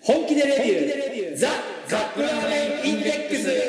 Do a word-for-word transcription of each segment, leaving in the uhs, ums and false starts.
本気でレビューザ・カップラーメンインデックス。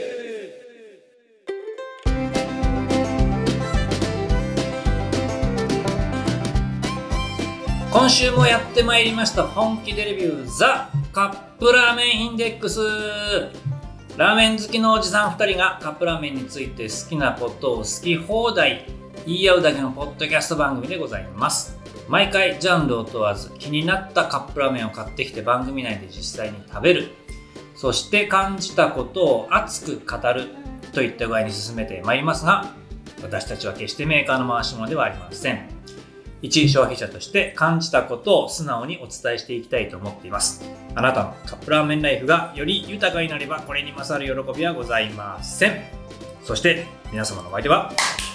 今週もやってまいりました本気でレビューザ・カップラーメンインデックス。ラーメン好きのおじさんふたりがカップラーメンについて好きなことを好き放題言い合うだけのポッドキャスト番組でございます。毎回ジャンルを問わず気になったカップラーメンを買ってきて番組内で実際に食べる、そして感じたことを熱く語るといった具合に進めてまいりますが、私たちは決してメーカーの回し物ではありません。一消費者として感じたことを素直にお伝えしていきたいと思っています。あなたのカップラーメンライフがより豊かになればこれに勝る喜びはございません。そして皆様のお相手は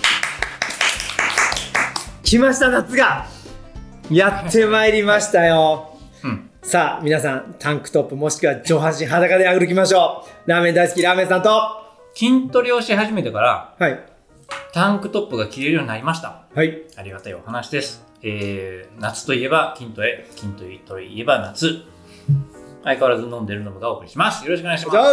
来ました、夏がやってまいりましたよ、うん、さあ皆さん、タンクトップもしくは上半身裸で歩きましょう。ラーメン大好きラーメンさんと筋トレをし始めてから、 はい、 タンクトップが着れるようになりました。 はい、 ありがたいお話です。えー、夏といえば筋トレ、筋トレといえば夏。相変わらず飲んでるのがお送りします。よろしくお願いします。 はい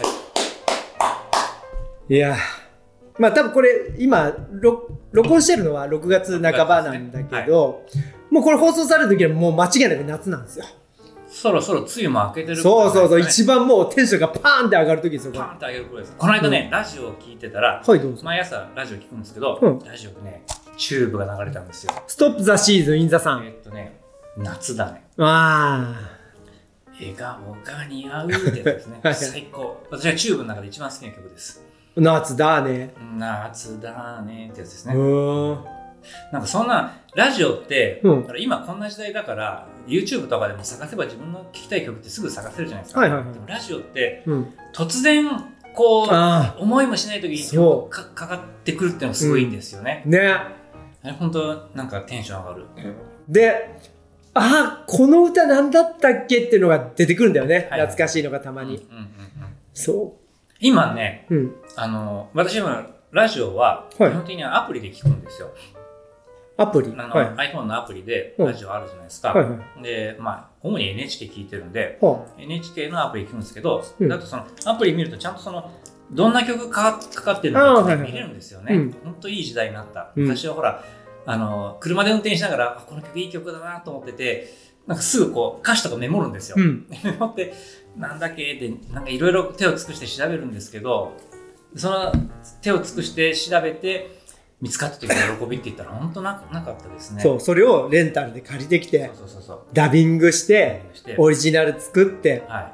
、いやまあ多分これ今録音してるのはろくがつなかばなんだけど、ね、はい、もうこれ放送される時はもう間違いなく夏なんですよ。 そろそろ梅雨も明けてる、ね、 そうそうそう、一番もうテンションがパーンって上がる時ですよ。 パーンって上げる頃です。この間ね、うん、ラジオを聞いてたら、 はい、どうぞ。 毎朝ラジオ聞くんですけど、うん、ラジオでねチューブが流れたんですよ。 ストップザシーズンインザサン。 えー、っとね夏だね。 ああ、笑顔が似合うってやつですね。最高。私はチューブの中で一番好きな曲です。 夏だね。 夏だねってやつですね。 うーん、 なんかそんなラジオって、うん、今こんな時代だから YouTube とかでも探せば自分の聴きたい曲ってすぐ探せるじゃないですか、はいはいはい、でもラジオって、うん、突然こう思いもしない時に曲が か, かかってくるっていうのがすごいいいんですよね、 うん、ね、 あれ本当なんかテンション上がる、うん、 で、あ、この歌なんだったっけっていうのが出てくるんだよね、はい、懐かしいのがたまに、うんうんうんうん、そう今ね、うん、あの私今ラジオは基本的にはアプリで聞くんですよ、はい、 アプリ、 あの、はい、iPhone のアプリでラジオあるじゃないですか、はいはい、で、まあ主に エヌエイチケー 聞いてるんで、はい、エヌエイチケー のアプリ聞くんですけど、うん、だとそのアプリ見るとちゃんとそのどんな曲かかかってるのか見れるんですよね、はいはいはい、本当いい時代になった、うん、昔はほらあの車で運転しながらこの曲いい曲だなと思ってて、なんかすぐこう歌詞とかメモるんですよ、うん、メモってなんだっけってなんかいろいろ手を尽くして調べるんですけど、その手を尽くして調べて見つかった時の喜びって言ったら本当 な, なかったですね。 そう、それをレンタルで借りてきて、そうそうそうそう、ダビングしてオリジナル作って、はい、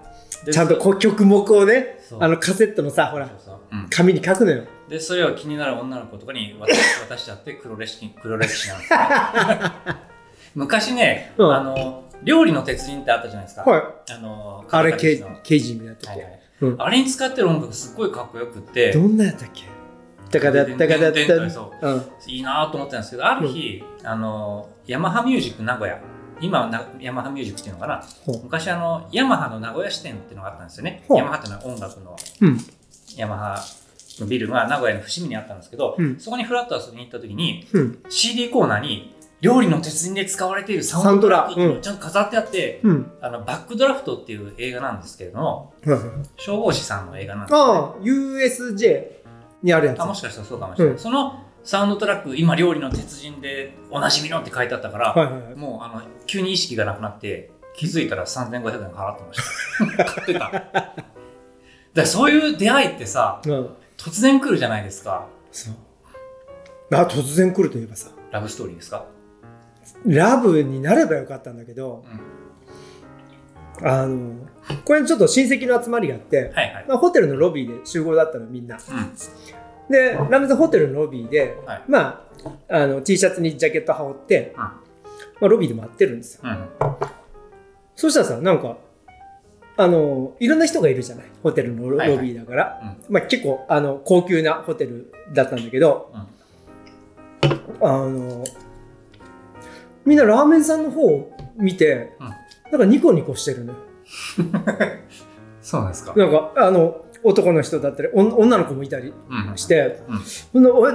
ちゃんと曲目をね、あのカセットのさ、ほらそうそう、うん、紙に書くのよ。 でそれを気になる女の子とかに渡しちゃって黒歴史黒歴史なんですよ昔ね、うん、あの料理の鉄人ってあったじゃないですか、はい、あのあれケイジみたいな時、はいはい、うん、 あれに使ってる音楽すっごいかっこよくって、 どんなやったっけ、タカダッタカダッタ、 そう、うん、いいなと思ってたんですけど、ある日、うん、あのヤマハミュージック名古屋、今はなヤマハミュージックっていうのかな、昔あのヤマハの名古屋支店っていうのがあったんですよね。ヤマハっていうのは音楽の、うん、ヤマハのビルが名古屋の伏見にあったんですけど、うん、そこにフラッと遊びに行った時に、うん、シーディー コーナーに料理の鉄人で使われているサウンドトラックっていうのをちゃんと飾ってあって、うん、あのバックドラフトっていう映画なんですけれども、うん、消防士さんの映画なんです、ね、 ああ ユーエスジェー にあるやつ、 あ、もしかしたらそうかもしれない、うん、そのサウンドトラック今料理の鉄人でおなじみのって書いてあったから、はいはいはい、もうあの急に意識がなくなって気づいたらさんぜんごひゃくえん払ってました買ってただからそういう出会いってさ、うん、突然来るじゃないですか。 そう、あ、突然来るといえばさ、 ラブストーリーですか。 ラブになればよかったんだけど、うん、あのこれちょっと親戚の集まりがあって、はいはい、まあ、ホテルのロビーで集合だったのみんな、うん、でラーメンさんホテルのロビーで、はい、まあ、あの T シャツにジャケット羽織って、うん、まあ、ロビーで待ってるんですよ、うん、そしたらさ、なんかあのいろんな人がいるじゃない、ホテルの ロ,、はいはい、ロビーだから、うん、まあ、結構あの高級なホテルだったんだけど、うん、あのみんなラーメンさんの方を見て、うん、なんかニコニコしてるねそうなんですか。 なんかあの男の人だったり女の子もいたりして、うんうん、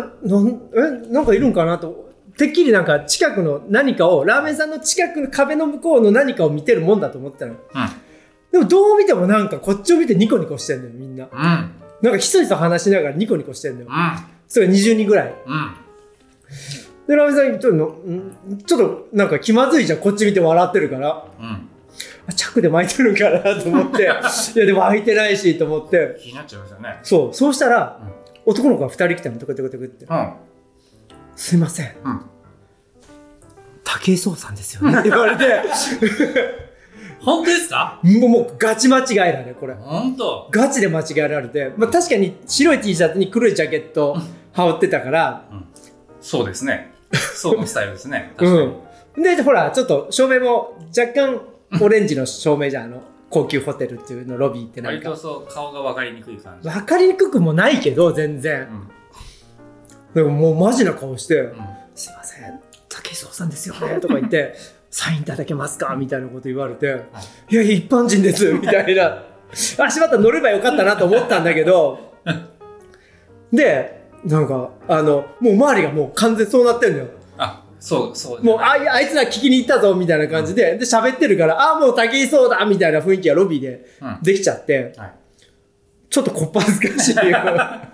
な, えなんかいるんかなと、てっきりなんか近くの何かを、ラーメンさんの近くの壁の向こうの何かを見てるもんだと思ってたの、うん、 でもどう見てもなんかこっちを見てニコニコしてんのよみんな、 うん、 なんかひそひそ話しながらニコニコしてんのよ、 うん、 それがにじゅうにんぐらい、 うん、 でラーメンさんちょっとちょっとなんか気まずいじゃんこっち見て笑ってるから、うん、チャックで巻いてるんかなと思っていやでも開いてないしと思って気になっちゃいますよね。 そうそうしたら、うん、男の子がふたり来たのトクトクトクって、うん、すいません、うん、武井壮さんですよねって言われて本当ですか？ もう、もうガチ間違いだねこれ。 本当？ ガチで間違えられて、まあ、確かに白い T シャツに黒いジャケット羽織ってたから、 うん、そうですねそうのスタイルですね確かに、 うん、でほらちょっと照明も若干オレンジの照明じゃんあの高級ホテルっていうのロビーってなんか割とそう顔が分かりにくい感じ。 分かりにくくもないけど全然、うん、でももうマジな顔して、うん、すいません武井壮さんですよねとか言ってサインいただけますかみたいなこと言われて、はい、いや一般人ですみたいなあしまった乗ればよかったなと思ったんだけどでなんかあのもう周りがもう完全そうなってんのよ。 あそうそう、 もう あ, あいつら聞きに行ったぞみたいな感じで、うん、で喋ってるからあもう武井壮だみたいな雰囲気がロビーでできちゃって、うんはい、ちょっとこっぱずかしいはい、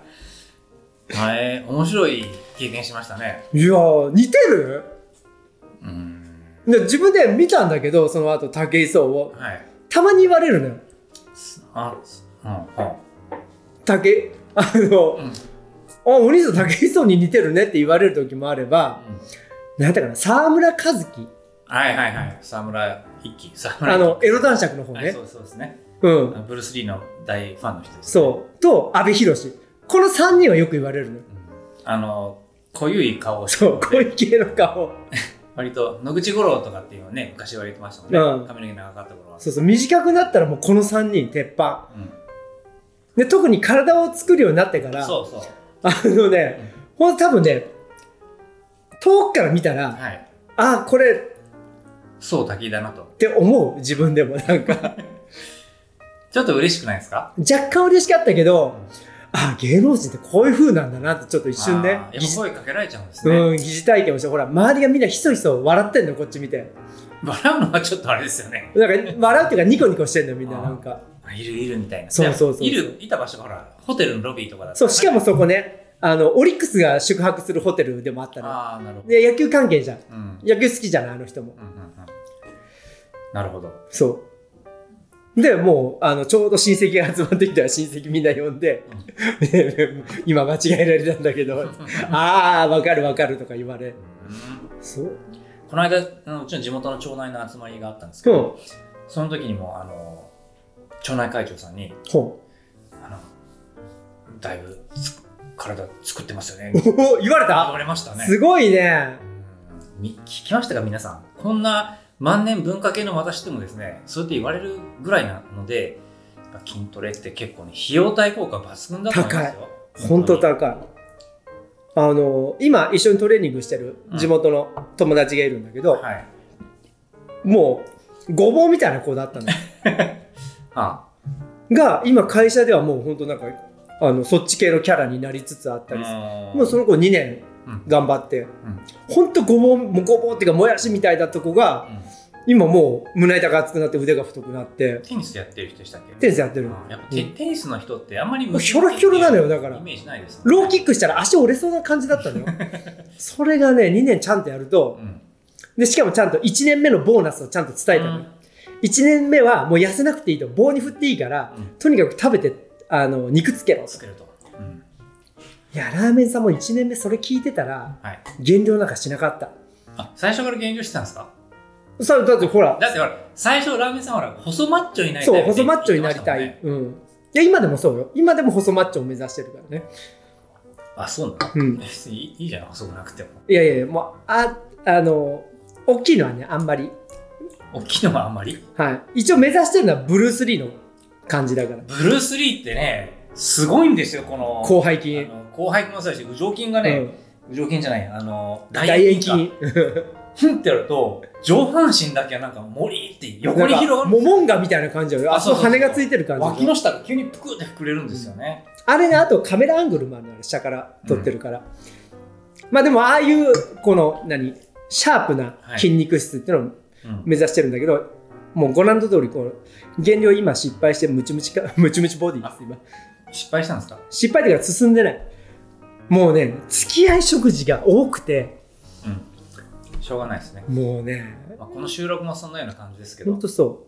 面白い経験しましたね。 いや似てる、うんで自分で見たんだけどその後武井壮を、はい、たまに言われるのよ。あ、うんうん、武あの、うん、あお兄さん武井壮に似てるねって言われる時もあれば、うん、なんていうかな沢村一樹はいはいはい沢村一樹あのエロ男爵の方ね、はい、 そうそうですね、 うん、 ブルース・リーの大ファンの人です、ね、 そうと阿部寛このさんにんはよく言われるのよ、 うん、あの濃ゆい顔をしてそう濃い系の顔割と野口五郎とかっていうのはね昔言われてましたもんね、うん、髪の毛長かった頃はそうそう短くなったらもうこのさんにん鉄板、うん、で特に体を作るようになってからそうそうあのね、うん、ほんと多分ね遠くから見たら、はい、あこれそう滝井だなとって思う自分でもなんかちょっと嬉しくないですか？ 若干嬉しかったけど、あ芸能人ってこういう風なんだなってちょっと一瞬ねやっぱ声かけられちゃうんですね。 うん疑似体験をしてほら周りがみんなひそひそ笑ってんのこっち見て笑うのはちょっとあれですよね。 なんか笑うっていうかニコニコしてんのみんななんかいるいるみたいな。 そうそうそうそういるいた場所がほらホテルのロビーとかだった、ね、 そうしかもそこねあのオリックスが宿泊するホテルでもあったの。 あなるほど。 で野球関係じゃん、うん、野球好きじゃないあの人も、うんうんうん、 なるほど。 そうでもうあのちょうど親戚が集まってきたら親戚みんな呼んで、うん、今間違えられたんだけどああ分かる分かるとか言われ、うん、そうこの間あのうちの地元の町内の集まりがあったんですけど、うん、その時にもあの町内会長さんにほうあのだいぶ体作ってますよね言われた言われましたね。 すごいね。 うん聞きましたか皆さん。こんな万年文化系の私でもですねそうやって言われるぐらいなのでやっぱ筋トレって結構ね費用対効果抜群だと思いますよ。 高い本当高い。あの今一緒にトレーニングしてる地元の友達がいるんだけど、うんはい、もうごぼうみたいな子だったのああが今会社ではもう本当なんかあのそっち系のキャラになりつつあったりする。もうその子にねん頑張って、うん、ほんとごぼうもごぼうっていうかもやしみたいだった子が、うん、今もう胸板が厚くなって腕が太くなってテニスやってる人でしたっけ？ テニスやってる。 やっぱ テ,、うん、テニスの人ってあんまりひょろひょろなのよ。だからイメージないです、ね、 ローキックしたら足折れそうな感じだったのよそれがねにねんちゃんとやると、うん、でしかもちゃんといちねんめのボーナスをちゃんと伝えたのよ、うん、いちねんめはもう痩せなくていいと棒に振っていいから、うん、とにかく食べてあの肉つけろつけると、うん、 いやラーメンさんもいちねんめそれ聞いてたら、はい、減量なんかしなかった。 あ最初から減量してたんですか？ そうだってほらだってほら最初ラーメンさんほら細マッチョになりたい、そう細マッチョになりたい、うん、いや今でもそうよ。今でも細マッチョを目指してるからね。 あそうなの、うん、いい、いいじゃん細くなくても。 いやいやもうああの大きいのはねあんまり大きいのはあんまりはい一応目指してるのはブルース・リーの感じだから。 ブルース・リーってねすごいんですよこの広背筋。 広背筋もそうだし右上筋がね、うん、右上筋じゃないあの大円筋ふんってやると上半身だけはなんかモリーって横に広がる。 モモンガみたいな感じよ。あそこ羽がついてる感じ。 脇の下が急にプクって膨れるんですよね、 うん、あれねあとカメラアングルもあるの下から撮ってるから、うん、まあでもああいうこの何シャープな筋肉質っていうのを目指してるんだけど、はいうん、 もうご覧の通りこう減量今失敗してムチムチかムチムチボディです今。 失敗したんですか？ 失敗というか進んでない。もうね付き合い食事が多くて、 うん、しょうがないですね。 もうね、 まあ、この収録もそんなような感じですけど。 本当そう。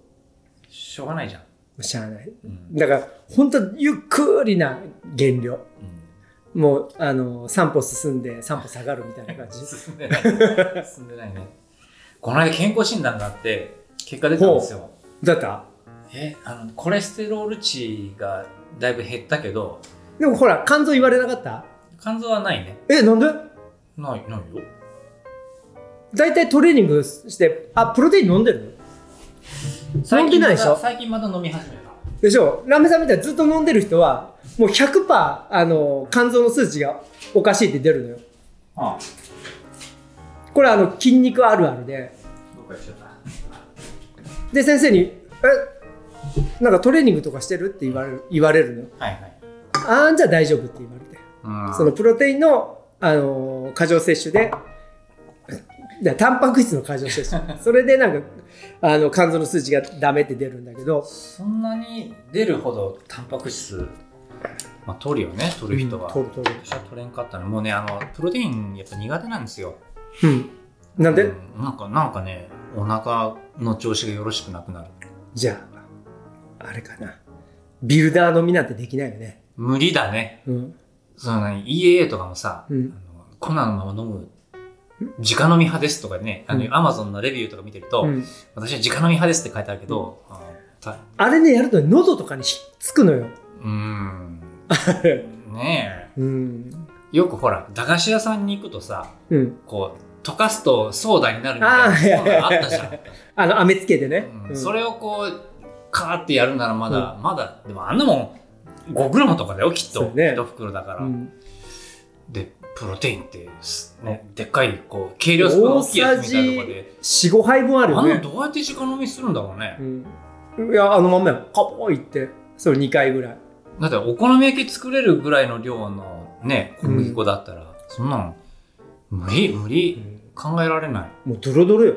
しょうがないじゃん。 しゃあない。 うん、 だから本当ゆっくりな減量。うん、もうあのさん歩進んでさん歩下がるみたいな感じ。 進んでない。進んでないね。この間健康診断があって結果出たんですよ。 だったえあのコレステロール値がだいぶ減ったけど。 でもほら肝臓言われなかった？ 肝臓はないね。 えなんで？ ないないよ。 だいたいトレーニングしてあプロテイン飲んでる？飲んでないでしょ？ 最近また飲み始めたでしょ。ラメさんみたいにずっと飲んでる人はもう ひゃくパーセント あの肝臓の数値がおかしいって出るのよ。ああこれあの筋肉あるあるで。 どっか行っちゃった。 で先生にえなんかトレーニングとかしてるって言われる言われるの。はいはい。あーんじゃあ大丈夫って言われて。そのプロテインのあのー、過剰摂取で。タンパク質の過剰摂取それでなんかあの肝臓の数値がダメって出るんだけど、 そんなに出るほどタンパク質、まあ、取るよね取る人は、うん、 取る取る私は取れんかったのもうねあのプロテインやっぱ苦手なんですよ。 うんなんで、 うん、なんかなんかねお腹の調子がよろしくなくなる。 じゃああれかなビルダー飲みなんてできないよね。 無理だね、うん、その イーエーエー とかもさ、うん、あの粉のまま飲む直飲み派ですとかね、あの、うん、Amazon のレビューとか見てると、うん、私は直飲み派ですって書いてあるけど、うん、あ, あれねやると喉とかにひっつくのよ。 うーんねえ、うん、よくほら駄菓子屋さんに行くとさ、うん、こう溶かすとソーダになるみたいなのがあったじゃん。 あの飴つけてね、 うんうん、それをこうカーってやるならまだ、うん、まだでもあんなもんごグラムとかだよきっと、ね、一袋だから、うん、でプロテインって、ね、でっかいこう計量スプーン大きいやつみたいなとこで よん,ご 杯分あるよね。あのどうやって直飲みするんだろうね、 うん、いやあのまんまやカポーいってそれにかいぐらいだってお好み焼き作れるぐらいの量のね小麦粉だったら、うん、そんなの無理無理、うん、考えられない。 もうドロドロよ。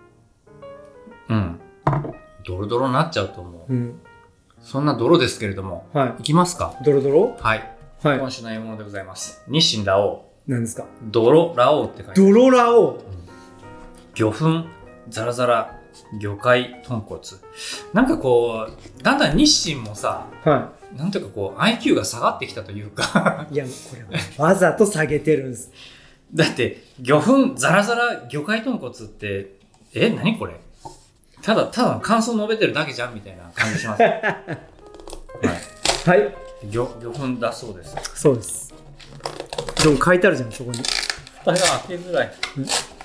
うんドロドロになっちゃうと思う、うん、そんな泥ですけれども、はい、いきますか。 ドロドロはいはい、今週の獲物でございます。日清ラオウ。 何ですか？ ドロラオウって書いてある。 ドロラオウ、うん、 魚粉ザラザラ魚介豚骨。なんかこうだんだん日清もさ、はい、なんていうかこう アイキュー が下がってきたというかいやこれはわざと下げてるんですだって魚粉ザラザラ魚介豚骨ってえ何これただただ感想述べてるだけじゃんみたいな感じしますはい、 はい魚, 魚粉だそうです。 そうです。でも書いてあるじゃんそこに。 蓋が開けづらい。うん、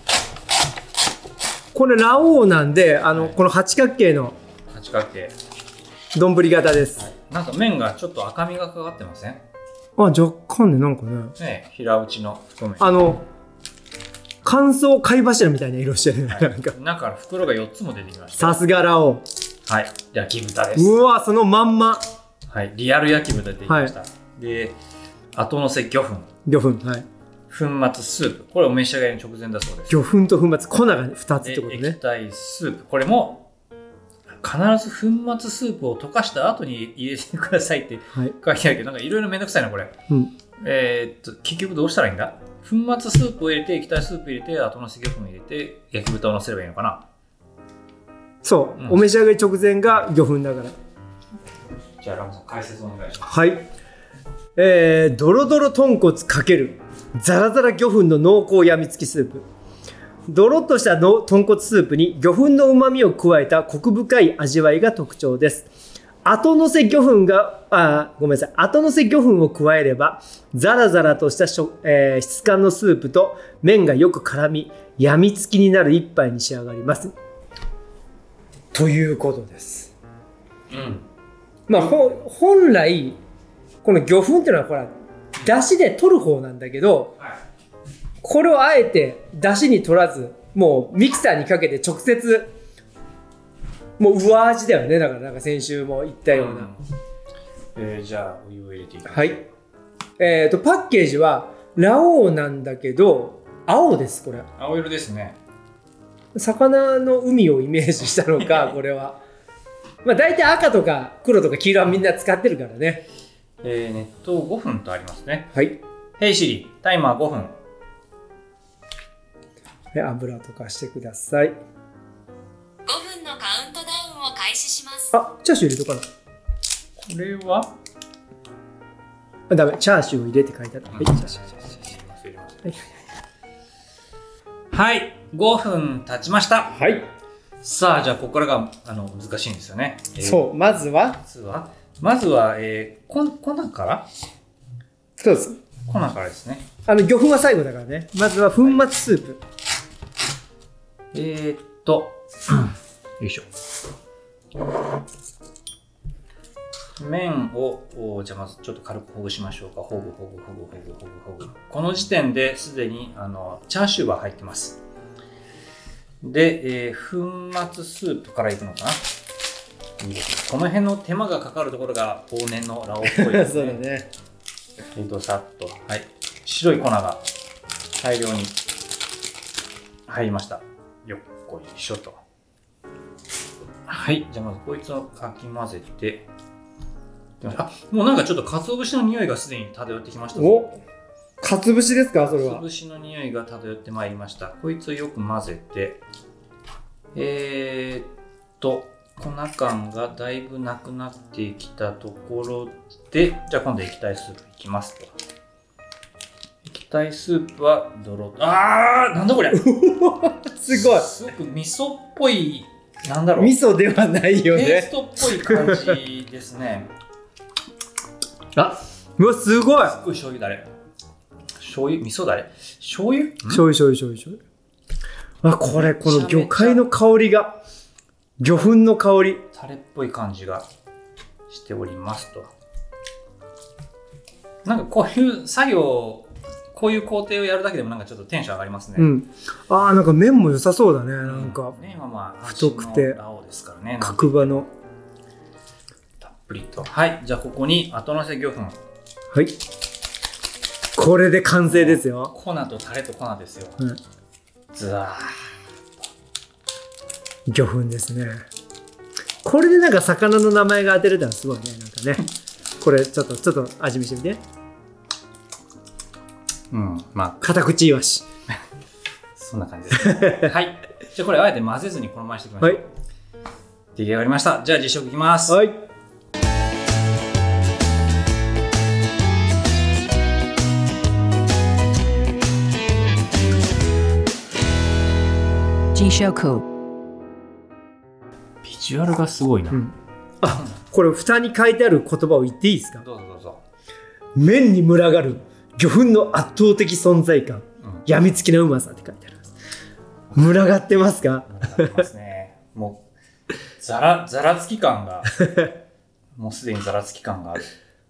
これラオウなんであの、はい、この八角形の八角形丼型です、はい。 なんか麺がちょっと赤みがかかってません？ あ若干ねなんかね。 ね平打ちの太麺。 あの乾燥貝柱みたいな色してる、はい、なんか中から袋がよっつも出てきました。 さすがラオウ。 はい焼き豚です。 うわそのまんま。 はい、リアル焼き豚でできました、はい、で後乗せ魚粉魚粉、はい、 粉末スープこれお召し上がりの直前だそうです。 魚粉と粉末粉がふたつってことね。 液体スープこれも必ず粉末スープを溶かした後に入れてくださいって書いてあるけど、なんかいろいろめんどくさいなこれ、うん、えー、っと結局どうしたらいいんだ。粉末スープを入れて液体スープ入れて後乗せ魚粉入れて焼き豚を乗せればいいのかな。 そう、うん、お召し上がり直前が魚粉だから。 じゃあラムさん解説お願いします。 はい、えー、ドロドロ豚骨×ザラザラ魚粉の濃厚やみつきスープ。ドロッとしたの豚骨スープに魚粉のうまみを加えたコク深い味わいが特徴です。後乗せ魚粉があごめんなさい後乗せ魚粉を加えればザラザラとしたしょ、えー、質感のスープと麺がよく絡みやみつきになる一杯に仕上がりますということです。うんまあ、ほ本来この魚粉っていうのはほら出汁で取る方なんだけど、はい、これをあえて出汁に取らずもうミキサーにかけて直接もう上味だよね。だからなんか先週も言ったような、うんえー、じゃあお湯を入れていきます。 はい、えーとパッケージはラオウなんだけど青です。これ青色ですね。 魚の海をイメージしたのかこれは。まあ大体赤とか黒とか黄色はみんな使ってるからね。 えー、熱湯ごふんとありますね。 はい。 ヘイシリ、タイマーごふん。 で、油溶かしてください。 ごふんのカウントダウンを開始します。 あ、チャーシュー入れとかな。 これはあ、ダメ、チャーシューを入れて書いてあった。はい、チャーシュー。 はい、ごふん経ちました。 はい。 さあ、じゃあここからがあの難しいんですよね。 えー、そう、まずはまずは、まずは、えー、こ粉からそうです。 粉からですね。 あの、魚粉は最後だからね。まずは粉末スープ。はい、 えー、っと、よいしょ。麺を、じゃあまずちょっと軽くほぐしましょうか。ほぐほぐほぐほぐほぐほぐ。この時点ですでにあのチャーシューは入ってます。で、えー、粉末スープからいくのかな。この辺の手間がかかるところが往年のラオウっぽいですね。 そうだね。 えーと、さっと、はい。白い粉が大量に入りました。よっこいしょと。はい。じゃあまずこいつをかき混ぜて。あ、もうなんかちょっと鰹節の匂いがすでに漂ってきました。 お、鰹節ですかそれは。 鰹節の匂いが漂ってまいりました。こいつをよく混ぜて、えー、っと、粉感がだいぶなくなってきたところで、じゃあ今度液体スープいきますと。液体スープはドロッ、あー、なんだこれすごい。 すごく味噌っぽい、なんだろう。 味噌ではないよね。 ペーストっぽい感じですね。 あ、うわ、すごい。 すっごい醤油だれ。醤油、味噌だれ。醤油？ 醤油、醤油、醤油、醤油。あ、これ、この魚介の香りが、魚粉の香り。 タレっぽい感じがしておりますと。なんかこういう作業、こういう工程をやるだけでもなんかちょっとテンション上がりますね。 うん。ああ、なんか麺も良さそうだね。なんか。 麺はまあ、 太くて、 ラオウですからね。 角張の。 たっぷりと。はい。じゃあここに後乗せ魚粉。 はい。これで完成ですよ。 粉とタレと粉ですよ。 うん。 ずわー。魚粉ですね。これでなんか魚の名前が当てれたらすごいね。なんかね。これちょっと、ちょっと味見してみて。 うん。まあ。 片口イワシ。 そんな感じですね。はい。じゃあこれあえて混ぜずにこのまましていきましょう。はい。出来上がりました。じゃあ実食いきます。 はい。 ビジュアルがすごいな。うん、 あ、これ蓋に書いてある言葉を言っていいですか？ どうぞどうぞ。 麺に群がる魚粉の圧倒的存在感、うん、やみつきなうまさって書いてあります。群がってますか？ 群がってますね。もうざらざらつき感がもうすでにざらつき感がある。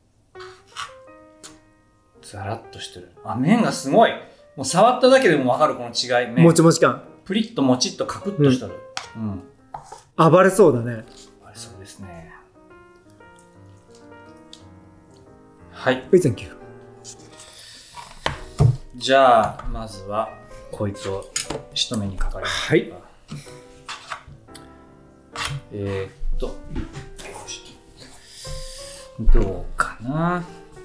ざらっとしてる。あ、麺がすごい。もう触っただけでも分かるこの違い。麺もちもち感。 プリッともちっとカクッとしてる。うん。 うん、暴れそうだね。 暴れそうですね。はい。 はい、サンキュー。 じゃあまずはこいつを仕留めにかかります。 はい。 えー、っとどうかな。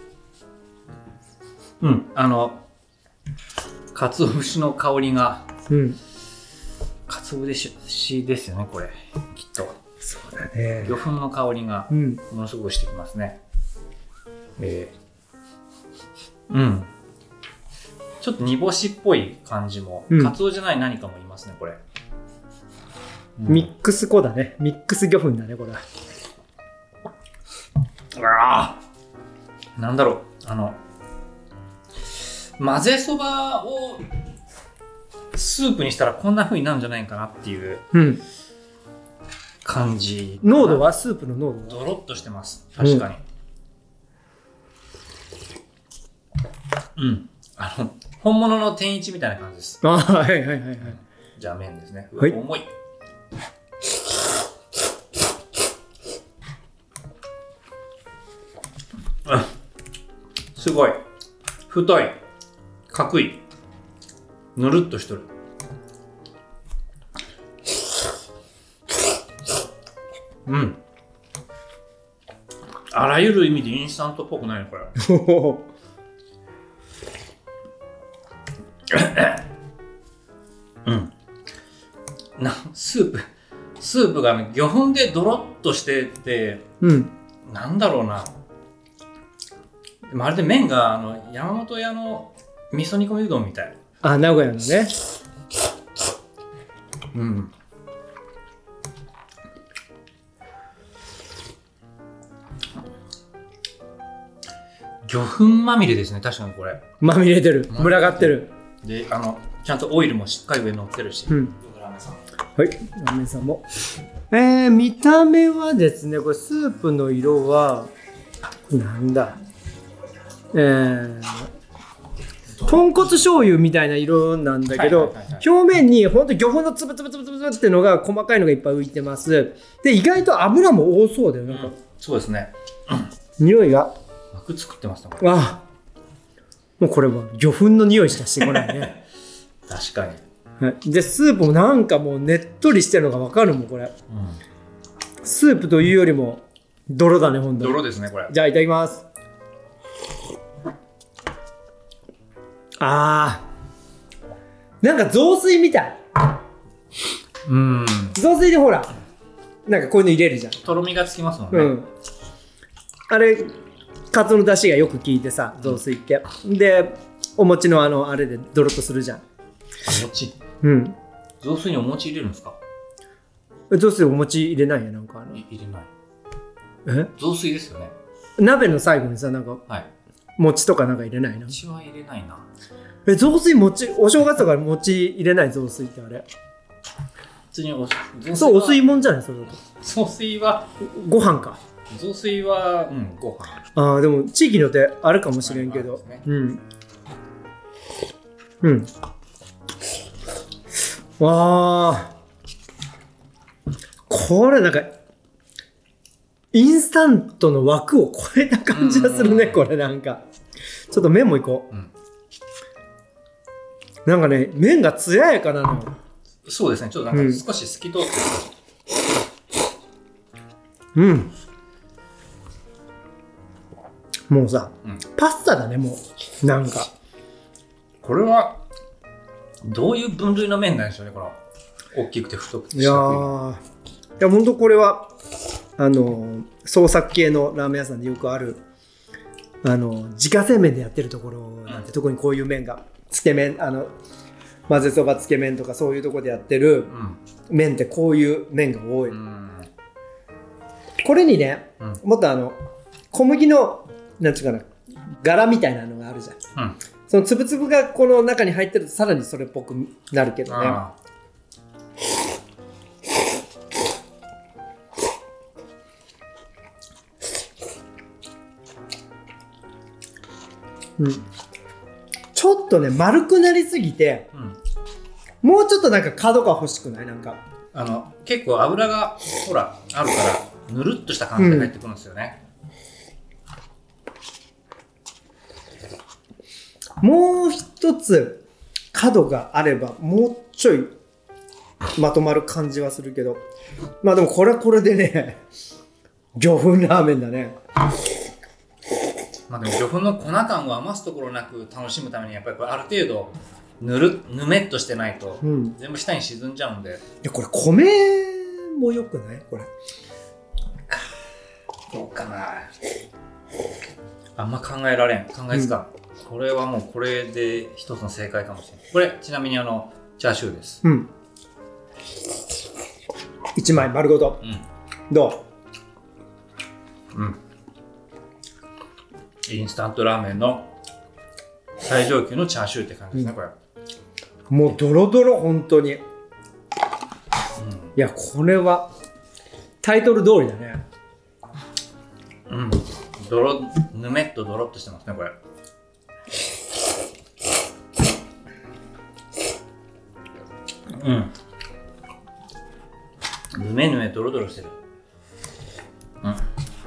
うん、あの鰹節の香りが。 うん。 鰹節ですよね、これきっと。 そうだね。 魚粉の香りがものすごくしてきますね。うん、えー、うん。ちょっと煮干しっぽい感じも、うん、鰹じゃない何かもいますね、これ。 うん、ミックス粉だね。ミックス魚粉だね、これ。 うわー、なんだろう、あの混ぜそばをスープにしたらこんな風になるんじゃないかなっていう感じ、 うん、濃度はスープの濃度はドロッとしてます。確かに。うん、うん、あの本物の天一みたいな感じです。 あ、はいはいはいはい。 じゃあ麺ですね。 はい、 重い。うん、すごい太い、角い、ぬるっとしてる。 うん。あらゆる意味でインスタントっぽくないのこれ。うん。なスープスープが、ね、魚粉でドロッとしてて、うん、なんだろうな。まるで麺があの山本屋の味噌煮込みうどんみたい。 あ、名古屋のね。 うん。魚粉まみれですね、確かにこれ。 まみれてる、群がってる。 で、あのちゃんとオイルもしっかり上に乗ってるし。うん、ラーメンさん。 はい、ラーメンさんも。えー、見た目はですね、これスープの色はなんだ。えー、豚骨醤油みたいな色なんだけど、表面にほんと魚粉のつぶつぶつぶつぶっていうのが細かいのがいっぱい浮いてます。で、意外と油も多そうだよ。なんか、うん、 そうですね。 匂いが。 膜作ってますね。 あ、もうこれは魚粉の匂いしかしてこないね。 確かに。 はい、で、スープもなんかもうねっとりしてるのがわかるもん、これ。うん、スープというよりも泥だね、ほんとに。 泥ですね、これ。 じゃあ、いただきます。あー、なんか雑炊みたい。うん。雑炊でほら、なんかこういうの入れるじゃん。 とろみがつきますもんね。 うん。あれ、カツオの出汁がよく効いてさ、雑炊って。で、お餅のあの、あれでドロッとするじゃん。 お餅。 うん。 雑炊にお餅入れるんですか？ 雑炊お餅入れないや、なんかあの。 入れない。 え？ 雑炊ですよね。 鍋の最後にさ、なんか、はい、餅とかなんか入れないの？ 餅は入れないな。 え、雑炊餅、お正月とか餅入れない雑炊ってあれ？ 普通におそう、お吸い物じゃないそれだと。 雑炊はご飯か。 雑炊は、うん、ご飯。 ああ、でも地域によってあるかもしれんけど。ね、うん。うん。わあ。これなんか、インスタントの枠を超えた感じがするね、これなんか。ちょっと麺もいこう。うん、なんかね、麺が艶やかなの。 そうですね、ちょっとなんか少し透き通ってる。うん。うんもうさ、うん、パスタだね、もう。なんか。 これは、どういう分類の麺なんでしょうね、この。大きくて太くて四角い。 いやー、いや、ほんとこれは、あの、創作系のラーメン屋さんでよくある、あの、自家製麺でやってるところなんて、うん、特にこういう麺が、つけ麺、あの、混ぜそばつけ麺とかそういうところでやってる麺ってこういう麺が多い。うん、これにね、うん、もっとあの、小麦の、なんていうかな、柄みたいなのがあるじゃん。うん、そのつぶつぶがこの中に入ってるとさらにそれっぽくなるけどね。うん、ちょっとね丸くなりすぎて、うん、もうちょっとなんか角が欲しくない？なんかあの結構油がほらあるからぬるっとした感じで入ってくるんですよね。 うん、もう一つ角があればもうちょいまとまる感じはするけど、まあでもこれはこれでね魚粉ラーメンだね。 まあでも魚粉の粉感を余すところなく楽しむためにやっぱりこれある程度ぬるぬめっとしてないと全部下に沈んじゃうんで、うん、いやこれ米もよくないこれ？ どうかな、あんま考えられん考えつかん、うん、これはもうこれで一つの正解かもしれない。これちなみにあのチャーシューです。うん。 いちまい丸ごと、うん、どう？うん。インスタントラーメンの最上級のチャーシューって感じですね、うん、これ。 もうドロドロ本当に、うん、いやこれはタイトル通りだね。 うん、ドロぬめっとドロっとしてますねこれ。うんぬめぬめドロドロしてる。うん。い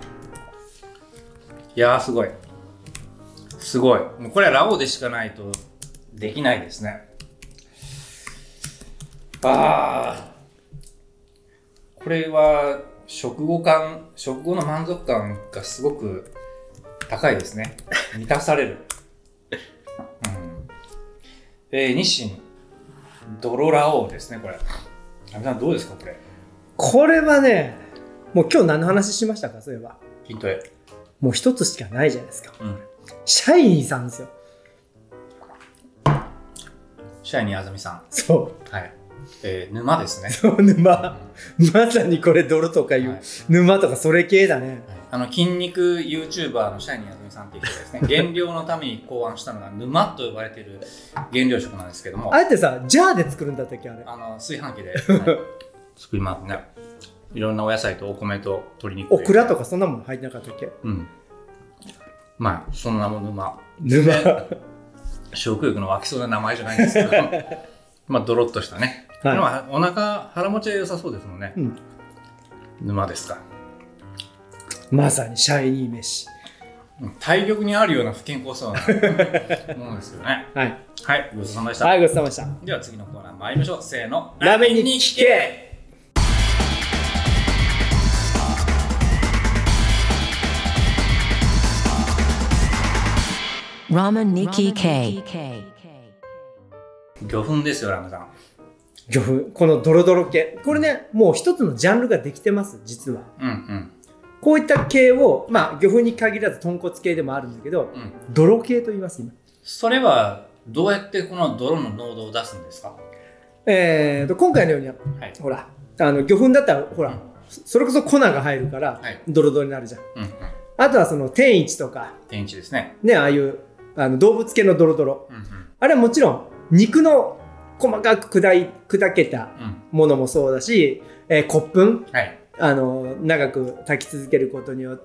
やーすごいすごい。もうこれはラオウでしかないとできないですね。ああこれは食後感、食後の満足感がすごく高いですね。満たされる。うんえー、日清ドロラオウですね、これ。阿部さんどうですか、これ。 これはね、もう今日何の話しましたか、そういえば。 筋トレ。 もう一つしかないじゃないですか。 うん、 シャイニーさんですよ。 シャイニーあざみさん。 そう。 はい。えー、沼ですね。 そう、沼。うん、まさにこれ泥とかいう、はい、沼とかそれ系だね。はい、 あの筋肉 YouTuber のシャイニーあざみさんっていう人ですね。減量のために考案したのが沼と呼ばれている減量食なんですけども。 あえてさ、ジャーで作るんだったっけ、あれ。 あの炊飯器で、はい、作りますね。いろんなお野菜とお米と鶏肉。 オクラとかそんなもん入ってなかったっけ。 うん。まあその名も沼。 沼。 食欲の湧きそうな名前じゃないんですけど、まあドロッとしたね。はい、お腹腹持ちは良さそうですもんね。うん、沼ですか。 まさにシャイニー飯。 体力にあるような不健康そうなものですよね。はい。はい、ごちそうさまでした。 はい、ごちそうさまでした。 では次のコーナー参りましょう。せーの。 ラーメンに聞け。 ラーメンに聞け。魚粉ですよ、ラムさん。 魚粉、このドロドロ系。これね、もう一つのジャンルができてます、実は。うんうん。こういった系を、まあ、魚粉に限らず豚骨系でもあるんだけど、うん、泥系と言います、今。 それは、どうやってこの泥の濃度を出すんですか？ えーと、今回のように、はい、ほら、あの魚粉だったら、ほら、うん、それこそ粉が入るから、はい、ドロドロになるじゃん。うんうん、あとは、その天一とか、 天一ですね。 ね、ああいう、あの動物系のドロドロ、うんうん、あれはもちろん肉の細かく砕い砕けたものもそうだし、うんえー、骨粉、はい、あの長く炊き続けることによって、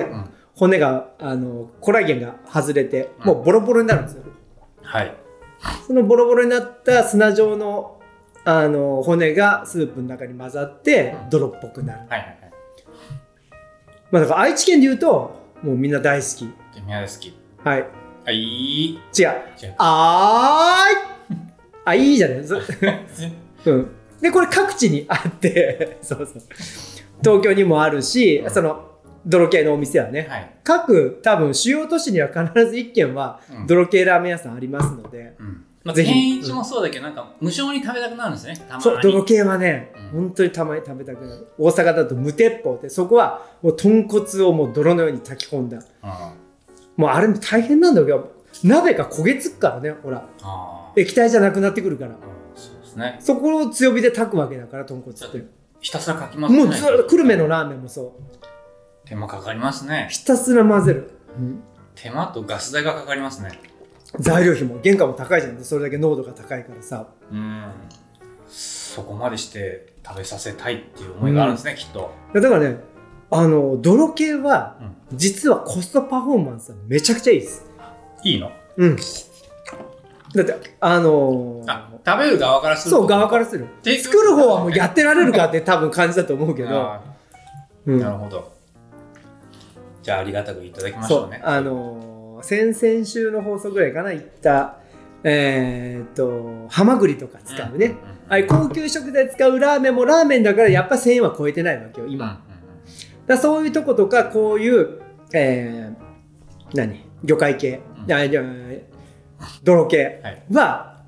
うん、骨があのコラーゲンが外れて、うん、もうボロボロになるんですよ、はい、そのボロボロになった砂状の、あの骨がスープの中に混ざって泥っぽくなる、うんはいはいはいまあ、だから愛知県でいうともうみんな大好きみんな大好きはいあいい違うあーいあいいじゃない、うん、でこれ各地にあってそうそう東京にもあるし、うん、その泥系のお店はね、はい、各多分主要都市には必ずいっ軒は泥系ラーメン屋さんありますので、うんまあ、ぜひ天一もそうだけどなんか無性に食べたくなるんですねたまにそう泥系はね、うん、本当にたまに食べたくなる大阪だと無鉄砲ってそこはもう豚骨をもう泥のように炊き込んだ、うんもうあれも大変なんだけど鍋が焦げつくからねほらあ液体じゃなくなってくるから、うん、そうですね、そこを強火で炊くわけだから豚骨ってひたすらかきますねもうずっと久留米のラーメンもそう手間かかりますねひたすら混ぜる、うん、 手間とガス代がかかりますね材料費も原価も高いじゃんそれだけ濃度が高いからさうんそこまでして食べさせたいっていう思いがあるんですね、うん、きっとだからねあの泥系は、うん、実はコストパフォーマンスはめちゃくちゃいいですいいのうんだってあのー、 あ食べる側からするそう側からする作る方はもうやってられるかって多分感じだと思うけどうん、なるほどじゃあありがたくいただきましょうねそうあのー、先々週の放送ぐらいかな言ったえー、っとハマグリとか使うね、うんうんうん、あれ高級食材使うラーメンもラーメンだからやっぱせんえんは超えてないわけよ今、うんうんだそういうとことかこういう、えー、何魚介系、うん、あ泥系は、はい、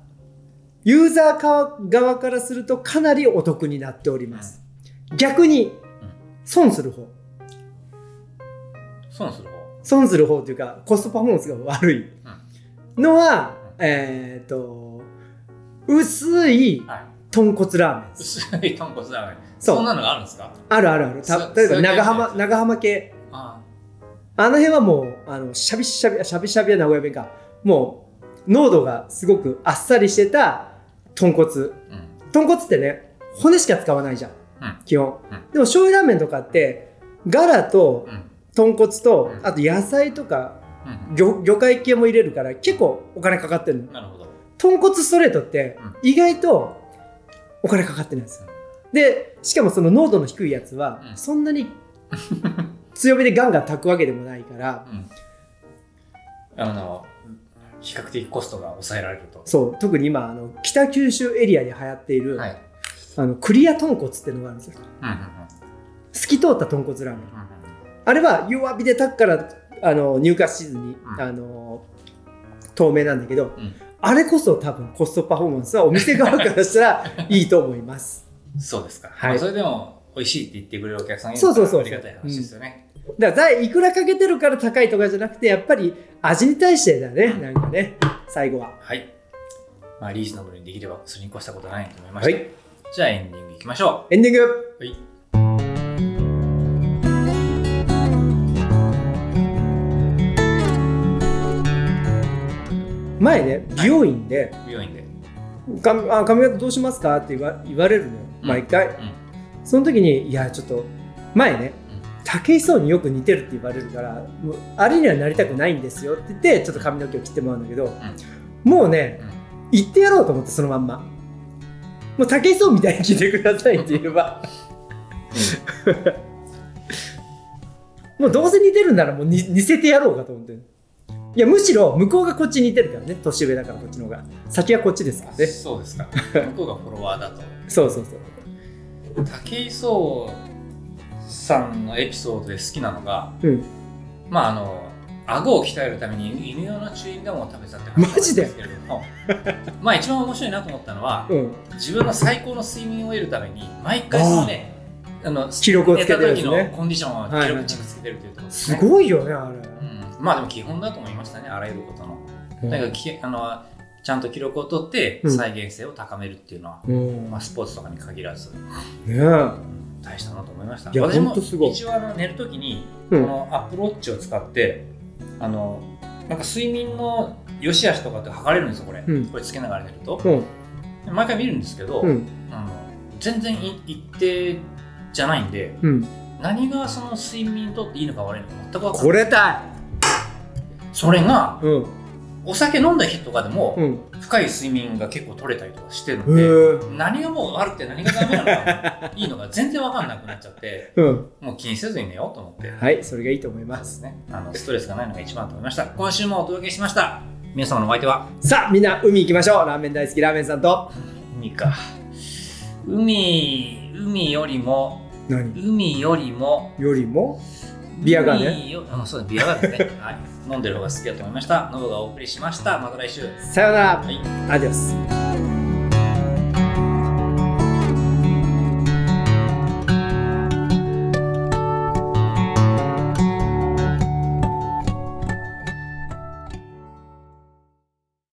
ユーザー側からするとかなりお得になっております、うん、逆に損する方損する方損する方というかコストパフォーマンスが悪いのは、うん、えー、っと薄い豚骨ラーメンです、 薄い豚骨ラーメンそんなのがあるんですか？ あるあるある。た例えば長浜長浜系。あ, あの辺はもうあのシャビシャビシャビシャビは名古屋弁か。もう濃度がすごくあっさりしてた豚骨。うん、豚骨ってね骨しか使わないじゃん。うん、基本、うん。でも醤油ラーメンとかってガラと豚骨と、うん、あと野菜とか、うん、魚, 魚介系も入れるから結構お金かかってるの。なるほど。豚骨ストレートって意外とお金かかってないんですよ。でしかもその濃度の低いやつはそんなに強火でガンガン炊くわけでもないから、 うん、あの比較的コストが抑えられるとそう特に今あの北九州エリアに流行っている、はい、あのクリア豚骨っていうのがあるんですよ、うんうんうん、 透き通った豚骨ラーメン、うん、あれは弱火で炊くからあの乳化しずに、うん、あの透明なんだけど、うん、あれこそ多分コストパフォーマンスはお店側からしたらいいと思いますそうですか、はい、まあ、それでも美味しいって言ってくれるお客さんいるからありがたい話ですよね。 うん、だからいくらかけてるから高いとかじゃなくてやっぱり味に対してだね、うん、なんかね最後ははい、まあ、リーズナブルにできればそれに越したことはないと思いました、はい、じゃあエンディングいきましょう。エンディング、 はい、 前ね美容院で、 はい、美容院で髪型どうしますかって言わ、言われるのよ毎回、うんうん、その時にいやちょっと前ね、うん、武井壮によく似てるって言われるからもうあれにはなりたくないんですよって言ってちょっと髪の毛を切ってもらうんだけど、うん、もうね、うん、言ってやろうと思ってそのまんまもう武井壮みたいに切ってくださいって言えば、うん、もうどうせ似てるんならもうに似せてやろうかと思ってる。いやむしろ向こうがこっちに似てるからね、年上だからこっちの方が先はこっちですからね。 そうですか向こうがフォロワーだとそうそうそう。 武井壮さんのエピソードで好きなのが、うん、まああの顎を鍛えるために犬用のチューインガムを食べたって話なんですけれどもまあ一番面白いなと思ったのは、うん、自分の最高の睡眠を得るために毎回そのねあの記録をつけてるんですね。 寝た時のコンディションを記録チェックつけてるというところですね、 すごいよねあれ、うん、 まあでも基本だと思いましたね、あらゆることの、うん、だからきあのちゃんと記録を取って再現性を高めるっていうのは、うん、まあ、スポーツとかに限らず、ね、大したなと思いました。私も一応あの寝るときに、うん、このアップルウォッチを使ってあのなんか睡眠の良し悪しとかって測れるんですよこれ、うん、これつけながら寝ると、うん、毎回見るんですけど、うん、あの全然一定じゃないんで、うん、何がその睡眠にとっていいのか悪いのか全く分からない。 これだそれが、うん、お酒飲んだ日とかでも、うん、深い睡眠が結構取れたりとかしてるんで、何がもう悪くて何がダメなのかいいのか全然分かんなくなっちゃって、うん、もう気にせずに寝ようと思って。 はい、それがいいと思います。 そうですね、あのストレスがないのが一番と思いました。今週もお届けしました。皆様のお相手は、 さあみんな海行きましょう。ラーメン大好きラーメンさんと海か海海よりも何海よりもよりもビアガーね。 うん、そうビアガーですね、はい、飲んでる方が好きだと思いました。ノブがお送りしました。また来週。 さようなら、 はい、 アディオス。